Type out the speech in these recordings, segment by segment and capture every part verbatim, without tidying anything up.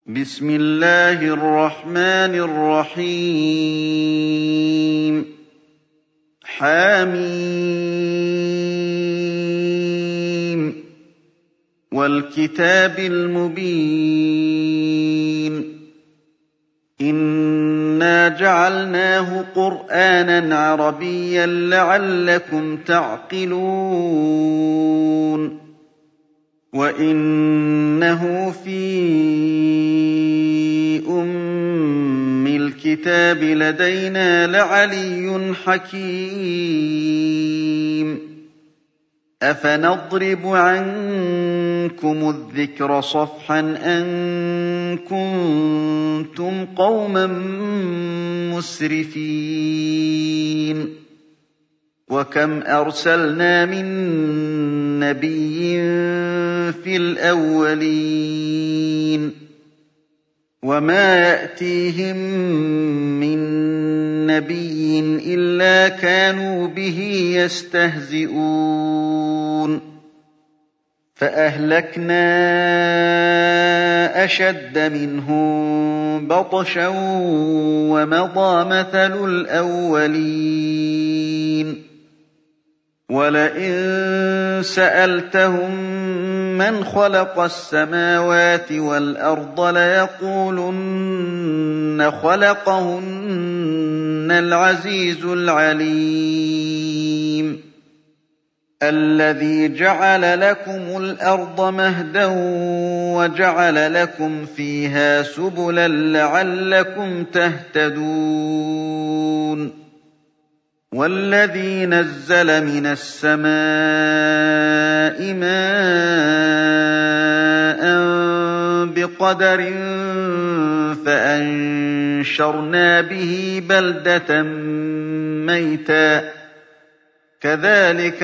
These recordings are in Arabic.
بسم الله الرحمن الرحيم حم والكتاب المبين إنا جعلناه قرآنا عربيا لعلكم تعقلون وإنه في أم الكتاب لدينا لعلي حكيم أفنضرب عنكم الذكر صفحا أن كنتم قوما مسرفين وكم أرسلنا من نبي في الأولين وما يأتيهم من نبي إلا كانوا به يستهزئون فأهلكنا أشد منهم بطشا ومضى مثل الأولين ولئن سألتهم من خلق السماوات والأرض ليقولن خلقهن العزيز العليم الذي جعل لكم الأرض مهدا وجعل لكم فيها سبلا لعلكم تهتدون والذي نزل من السماء ماء بقدر فأنشرنا به بلدة ميتا كذلك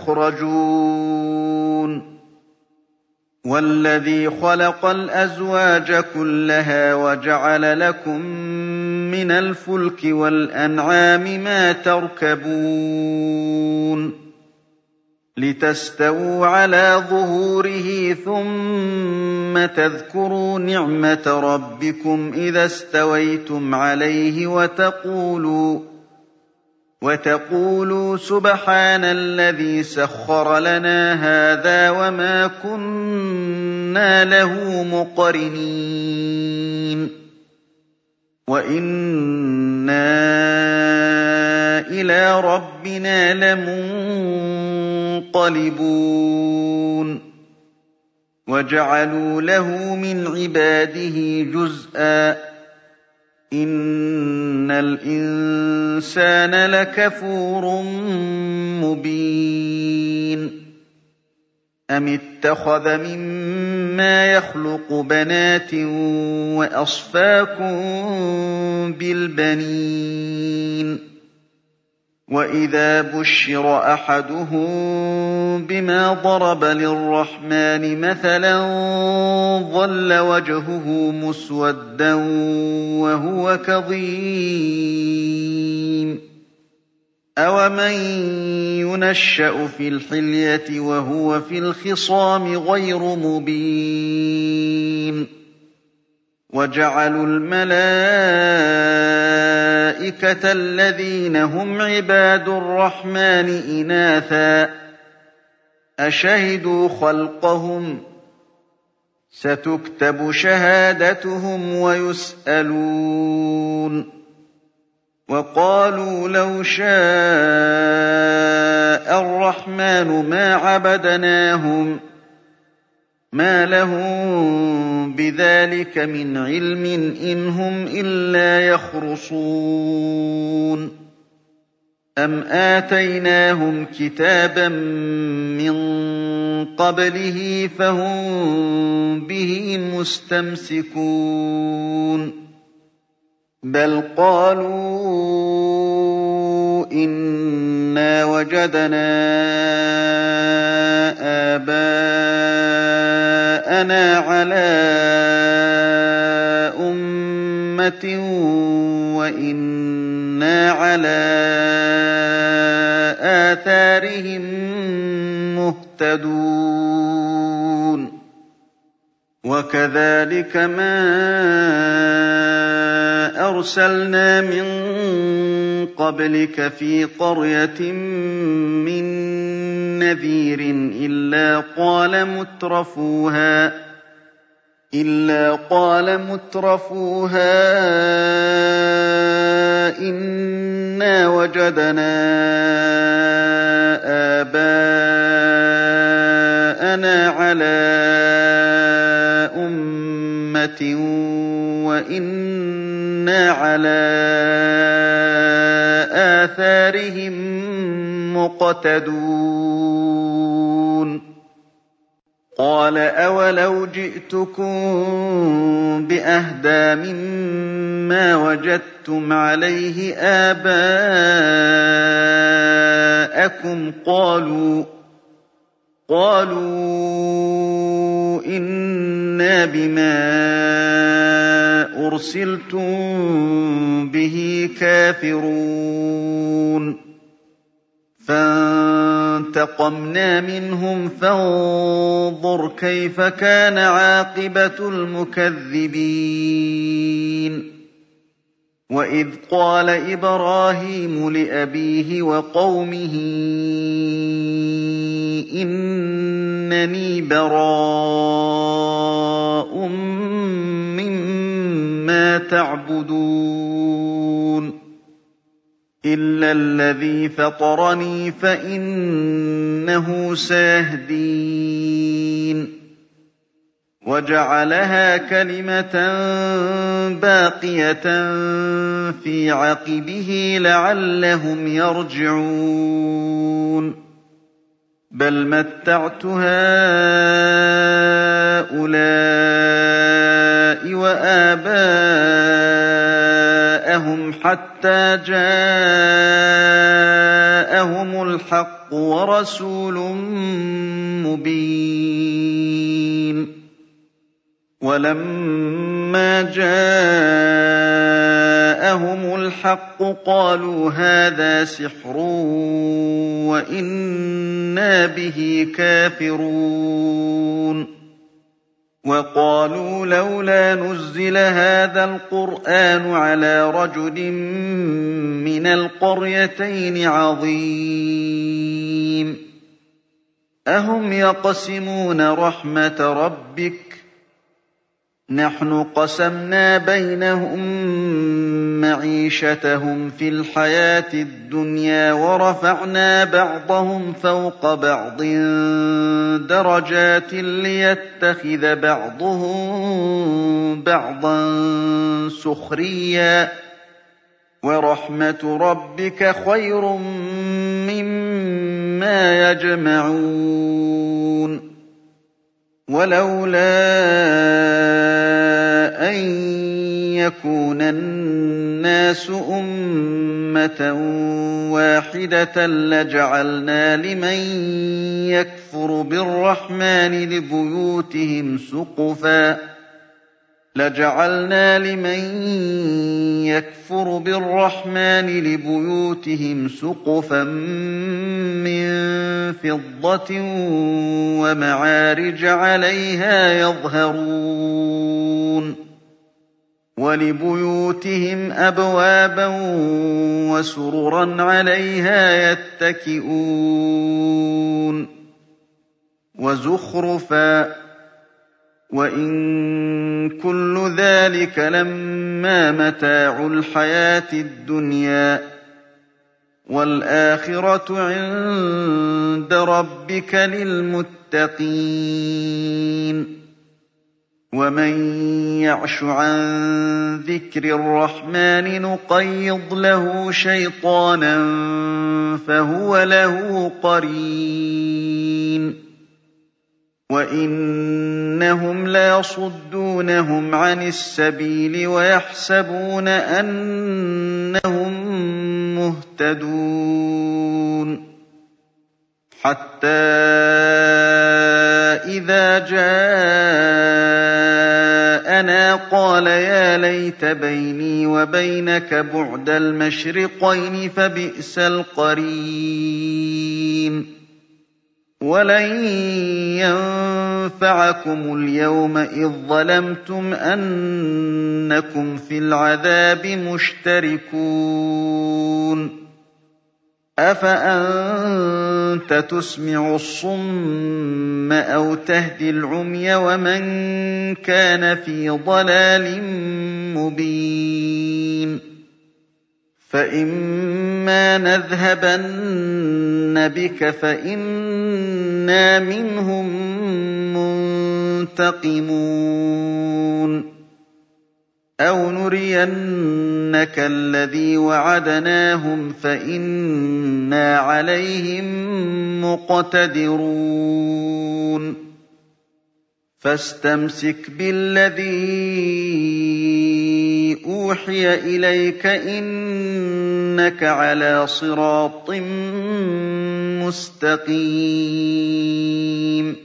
تخرجون والذي خلق الأزواج كلها وجعل لكم من الفلك والأنعام ما تركبون لتستووا على ظهوره ثم تذكروا نعمة ربكم إذا استويتم عليه وتقولوا وتقولوا سبحان الذي سخر لنا هذا وما كنا له مقرنين وإنا إلى ربنا لمنقلبون وجعلوا له من عباده جزءا إن الإنسان لكفور مبين أم اتخذ مما يخلق بنات وأصفاكم بالبنين وإذا بشر أحدهم بما ضرب للرحمن مثلا ظل وجهه مسودا وهو كظيم أومن ينشأ في الحلية وهو في الخصام غير مبين وجعلوا الملائكة الذين هم عباد الرحمن إناثا أشهدوا خلقهم ستكتب شهادتهم ويسألون وقالوا لو شاء الرحمن ما عبدناهم ما لهم بذلك من علم إن هم إلا يخرصون أم آتيناهم كتابا من قبله فهم به مستمسكون بل قالوا إنا وجدنا آباءنا على أمة وإنا على آثارهم مهتدون وَكَذَٰلِكَ مَا أَرْسَلْنَا مِن قَبْلِكَ فِي قَرْيَةٍ مِّن نَّذِيرٍ إِلَّا قَالَ مُتْرَفُوهَا إلا قال مترفوها إنا وجدنا آباءنا على أمة وإنا على آثارهم مقتدون قال أولو جئتكم بأهدى مما وجدتم عليه آباءكم قالوا قالوا إنا بما أرسلتم به كافرون فانتقمنا منهم فانظر كيف كان عاقبة المكذبين وإذ قال إبراهيم لأبيه وقومه إنني براء مما تعبدون إلا الذي فطرني فإنه سيهدين وجعلها كلمة باقية في عقبه لعلهم يرجعون بل متعت هؤلاء وآباءهم حتى جاءهم الحق ورسول مبين ولما جاءهم الحق قالوا هذا سحر وإنا به كافرون وقالوا لولا نزل هذا القرآن على رجل من القريتين عظيم أهم يقسمون رحمة ربك نحن قسمنا بينهم معيشتهم في الحياة الدنيا ورفعنا بعضهم فوق بعض درجات ليتخذ بعضهم بعضا سخريا ورحمة ربك خير مما يجمعون ولولا أن يكون الناس أمة واحدة لجعلنا لمن يكفر بالرحمن لبيوتهم سقفا لجعلنا لمن يكفر بالرحمن لبيوتهم سقفا من فضة ومعارج عليها يظهرون ولبيوتهم أبوابا وسررا عليها يتكئون وزخرفا وإن كل ذلك لما متاع الحياة الدنيا والآخرة عند ربك للمتقين ومن يعش عن ذكر الرحمن نقيض له شيطانا فهو له قرين وإنهم ليصدونهم عن السبيل ويحسبون أنهم مهتدون حتى إذا جاءنا قال يا ليت بيني وبينك بعد المشرقين فبئس القرين وَلَن يَنفَعَكُمُ الْيَوْمَ إِذ ظَّلَمْتُمْ أَنَّكُمْ فِي الْعَذَابِ مُشْتَرِكُونَ أَفَأَنتَ تُسْمِعُ الصُّمَّ أَوْ تَهْدِي الْعُمْيَ وَمَن كَانَ فِي ضَلَالٍ مُّبِينٍ فَإِمَّا نَذْهَبَنَّ بِكَ فَإِنَّا مِنْهُم مُّنتَقِمُونَ أَوْ نُرِيَنَّكَ الَّذِي وَعَدْنَاهُمْ فَإِنَّا عَلَيْهِم مُّقْتَدِرُونَ فَاسْتَمْسِكْ بِالَّذِي أُوحِيَ إِلَيْكَ إِنَّكَ عَلَىٰ صِرَاطٍ مُّسْتَقِيمٍ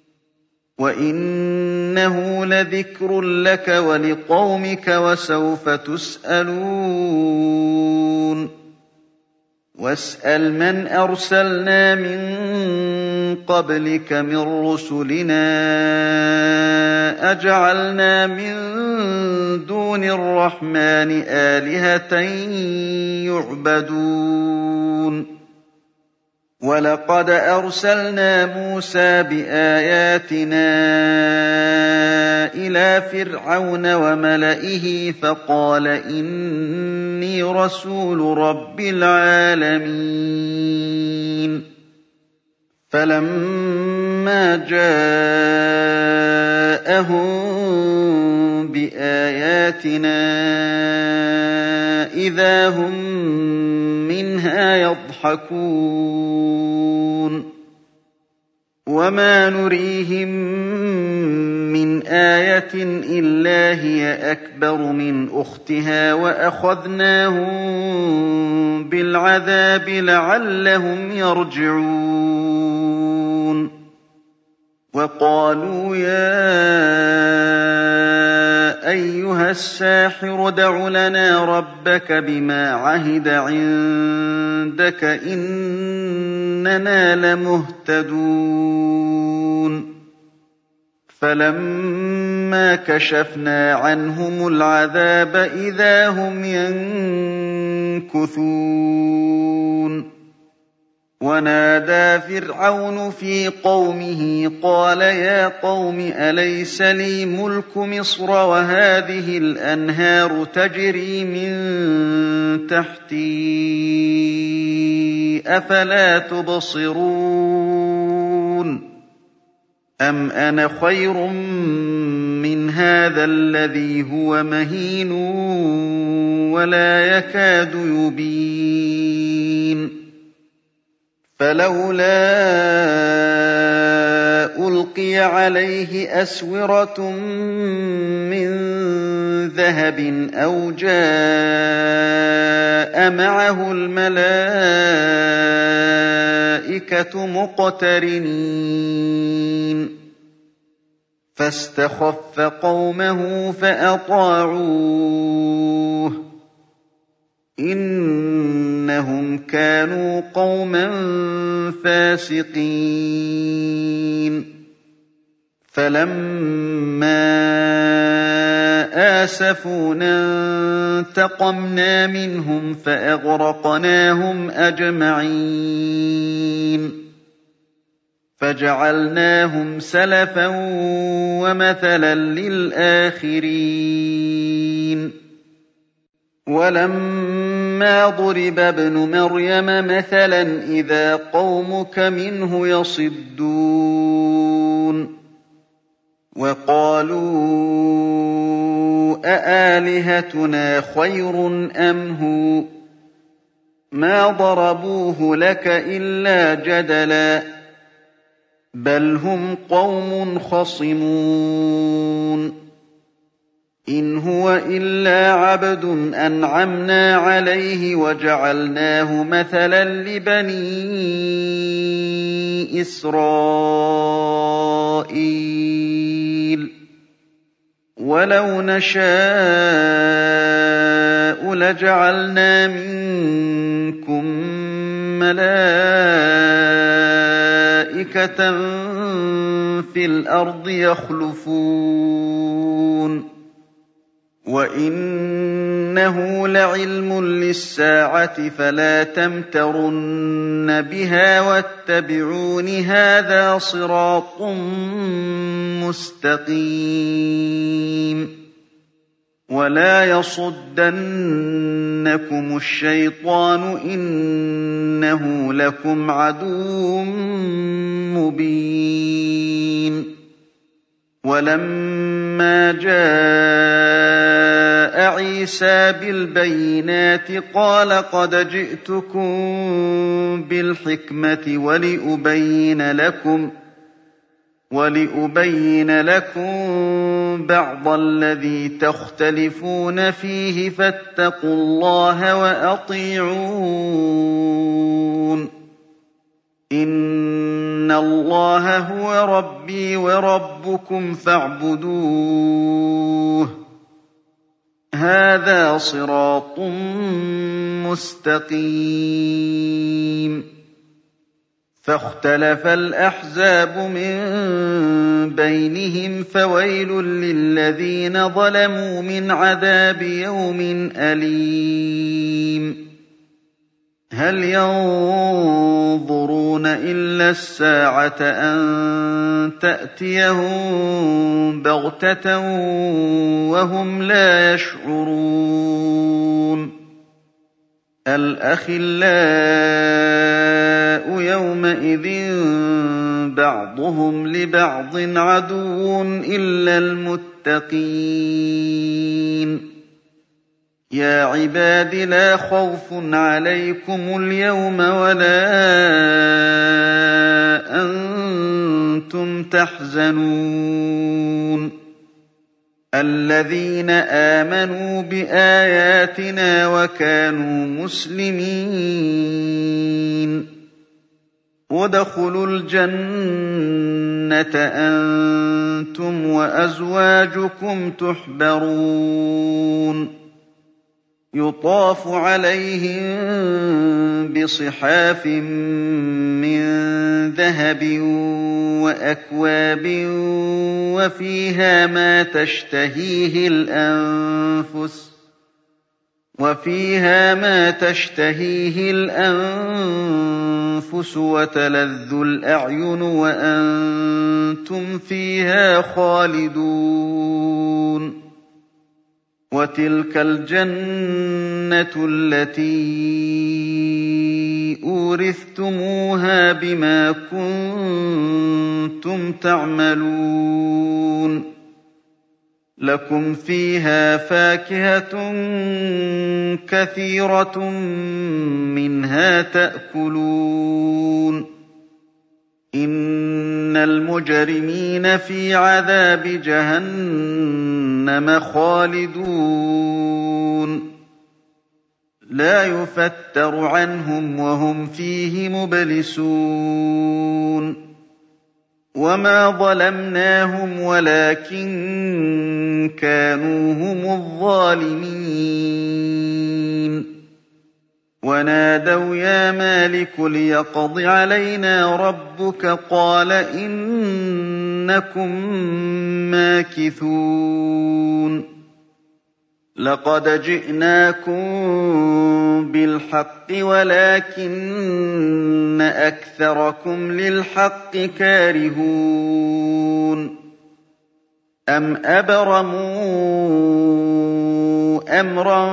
وَإِنَّهُ لَذِكْرٌ لَّكَ وَلِقَوْمِكَ وَسَوْفَ تُسْأَلُونَ وَاسْأَلْ مَنْ أَرْسَلْنَا مِن قَبْلِكَ مِن رُّسُلِنَا أَجَعَلْنَا مِن دُونِ الرَّحْمَٰنِ آلِهَةً يُعْبَدُونَ وَلَقَدْ أَرْسَلْنَا مُوسَىٰ بِآيَاتِنَا إِلَىٰ فِرْعَوْنَ وَمَلَئِهِ فَقَالَ إِنِّي رَسُولُ رَبِّ الْعَالَمِينَ فَلَمَّا جَاءَهُم بِآيَاتِنَا إِذَا هُم مِّنْهَا يَضْحَكُونَ وَمَا نُرِيهِم مِّنْ آيَةٍ إِلَّا هِيَ أَكْبَرُ مِنْ أُخْتِهَا وَأَخَذْنَاهُم بِالْعَذَابِ لَعَلَّهُمْ يَرْجِعُونَ وَقَالُوا يَا أَيُّهَ السَّاحِرُ ادْعُ لَنَا رَبَّكَ بِمَا عَهِدَ عِندَكَ إِنَّنَا لَمُهْتَدُونَ فَلَمَّا كَشَفْنَا عَنْهُمُ الْعَذَابَ إِذَا هُمْ يَنكُثُونَ وَنَادَىٰ فِرْعَوْنُ فِي قَوْمِهِ قَالَ يَا قَوْمِ أَلَيْسَ لِي مُلْكُ مِصْرَ وَهَٰذِهِ الْأَنْهَارُ تَجْرِي مِن تَحْتِي ۖ أَفَلَا تُبْصِرُونَ أَمْ أَنَا خَيْرٌ مِّنْ هَٰذَا الَّذِي هُوَ مَهِينٌ وَلَا يَكَادُ يُبِينُ فَلَوْلَا أُلْقِيَ عَلَيْهِ أَسْوِرَةٌ مِّن ذَهَبٍ أَوْ جَاءَ مَعَهُ الْمَلَائِكَةُ مُقْتَرِنِينَ فَاسْتَخَفَّ قَوْمَهُ فَأَطَاعُوهُ إِنَّهُمْ كَانُوا قَوْمًا فَاسِقِينَ فَلَمَّا آسَفُونَا انتَقَمْنَا مِنْهُمْ فَأَغْرَقْنَاهُمْ أَجْمَعِينَ فَجَعَلْنَاهُمْ سَلَفًا وَمَثَلًا لِّلْآخِرِينَ وَلَمَّا ضُرِبَ ابْنُ مَرْيَمَ مَثَلًا إِذَا قَوْمُكَ مِنْهُ يَصِدُّونَ وَقَالُوا أَآلِهَتُنَا خَيْرٌ أَمْ هُوَ مَا ضَرَبُوهُ لَكَ إِلَّا جَدَلًا بَلْ هُمْ قَوْمٌ خَصِمُونَ إِنْ هُوَ إِلَّا عَبْدٌ أَنْعَمْنَا عَلَيْهِ وَجَعَلْنَاهُ مَثَلًا لِّبَنِي إِسْرَائِيلَ وَلَوْ نَشَاءُ لَجَعَلْنَا مِنكُم مَّلَائِكَةً مَلَائِكَةً فِي الْأَرْضِ يَخْلُفُونَ وَإِنَّهُ لَعِلْمٌ لِّلسَّاعَةِ فَلَا تَمْتَرُنَّ بِهَا وَاتَّبِعُونِ هَٰذَا صِرَاطٌ مُّسْتَقِيمٌ وَلَا يَصُدَّنَّكُمُ الشَّيْطَانُ ۖ إِنَّهُ لَكُمْ عَدُوٌّ مُّبِينٌ وَلَمَّا جَاءَ عِيسَىٰ بِالْبَيِّنَاتِ قَالَ قَدْ جِئْتُكُم بِالْحِكْمَةِ وَلِأُبَيِّنَ لَكُمْ وَلِأُبَيِّنَ لَكُم بَعْضَ الَّذِي تَخْتَلِفُونَ فِيهِ فَاتَّقُوا اللَّهَ وَأَطِيعُونِ إِنَّ اللَّهَ هُوَ رَبِّي وَرَبُّكُمْ فَاعْبُدُوهُ ۚ هَٰذَا صِرَاطٌ مُّسْتَقِيمٌ فَاخْتَلَفَ الْأَحْزَابُ مِن بَيْنِهِمْ ۖ فَوَيْلٌ لِّلَّذِينَ ظَلَمُوا مِنْ عَذَابِ يَوْمٍ أَلِيمٍ هَلْ يَنظُرُونَ إِلَّا السَّاعَةَ أَن تَأْتِيَهُم بَغْتَةً وَهُمْ لَا يَشْعُرُونَ الْأَخِلَّاءُ يَوْمَئِذٍ بَعْضُهُمْ لِبَعْضٍ عَدُوٌّ إِلَّا الْمُتَّقِينَ يَا عِبَادِ لَا خَوْفٌ عَلَيْكُمُ الْيَوْمَ وَلَا أَنتُمْ تَحْزَنُونَ الَّذِينَ آمَنُوا بِآيَاتِنَا وَكَانُوا مُسْلِمِينَ ادْخُلُوا الْجَنَّةَ أَنتُمْ وَأَزْوَاجُكُمْ تُحْبَرُونَ يُطَافُ عَلَيْهِم بِصِحَافٍ مِّن ذَهَبٍ وَأَكْوَابٍ وَفِيهَا مَا تَشْتَهِيهِ الْأَنفُسُ وَفِيهَا مَا تَشْتَهِيهِ الْأَنفُسُ وَتَلَذُّ الْأَعْيُنُ وَأَنتُمْ فِيهَا خَالِدُونَ وَتِلْكَ الْجَنَّةُ الَّتِي أُورِثْتُمُوهَا بِمَا كُنتُمْ تَعْمَلُونَ لَكُمْ فِيهَا فَاكِهَةٌ كَثِيرَةٌ مِّنْهَا تَأْكُلُونَ إِنَّ الْمُجْرِمِينَ فِي عَذَابِ جَهَنَّمَ خَالِدُونَ لَا يُفَتَّرُ عَنْهُمْ وَهُمْ فِيهِ مُبْلِسُونَ وَمَا ظَلَمْنَاهُمْ وَلَٰكِن كَانُوا هُمُ الظَّالِمِينَ وَنَادَوْا يَا مَالِكُ لِيَقْضِ عَلَيْنَا رَبُّكَ قَالَ إِنَّكُم مَّاكِثُونَ لَقَدْ جِئْنَاكُم بِالْحَقِّ وَلَٰكِنَّ أَكْثَرَكُمْ لِلْحَقِّ كَارِهُونَ أَمْ أَبْرَمُوا أَمْرًا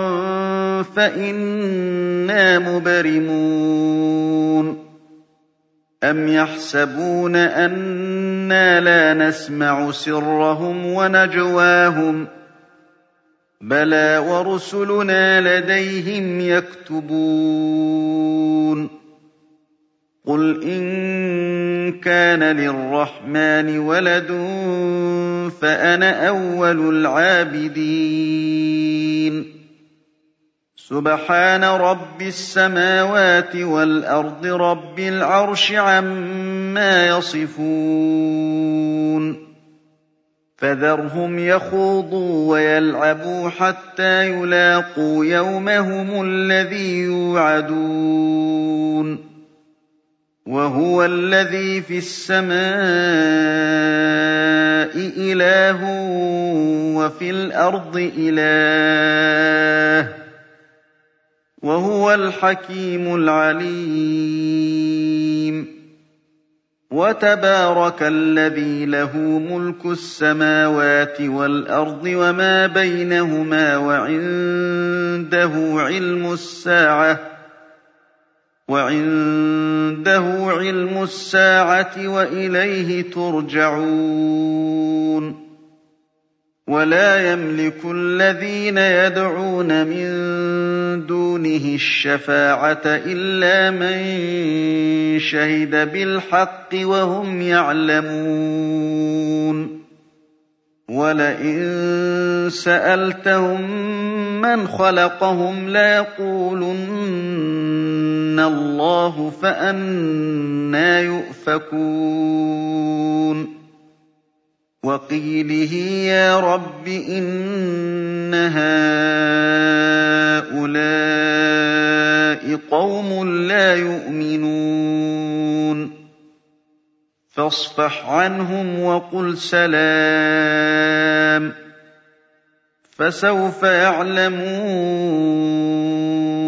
فَإِنَّا مُبْرِمُونَ أَمْ يَحْسَبُونَ أَنَّا لَا نَسْمَعُ سِرَّهُمْ وَنَجْوَاهُم ۚ بَلَىٰ وَرُسُلُنَا لَدَيْهِمْ يَكْتُبُونَ قُلْ إِن كَانَ لِلرَّحْمَٰنِ وَلَدٌ فَأَنَا أَوَّلُ الْعَابِدِينَ سُبْحَانَ رَبِّ السَّمَاوَاتِ وَالْأَرْضِ رَبِّ الْعَرْشِ عَمَّا يَصِفُونَ فَذَرْهُمْ يَخُوضُوا وَيَلْعَبُوا حَتَّىٰ يُلَاقُوا يَوْمَهُمُ الَّذِي يُوعَدُونَ وهو الذي في السماء إله وفي الأرض إله وهو الحكيم العليم وتبارك الذي له ملك السماوات والأرض وما بينهما وعنده علم الساعة وعنده علم الساعة وإليه ترجعون ولا يملك الذين يدعون من دونه الشفاعة إلا من شهد بالحق وهم يعلمون ولئن سألتهم من خلقهم ليقولن الله فأنى يؤفكون وقيله يا رب إن هؤلاء قوم لا يؤمنون فاصفح عنهم وقل سلام فسوف يعلمون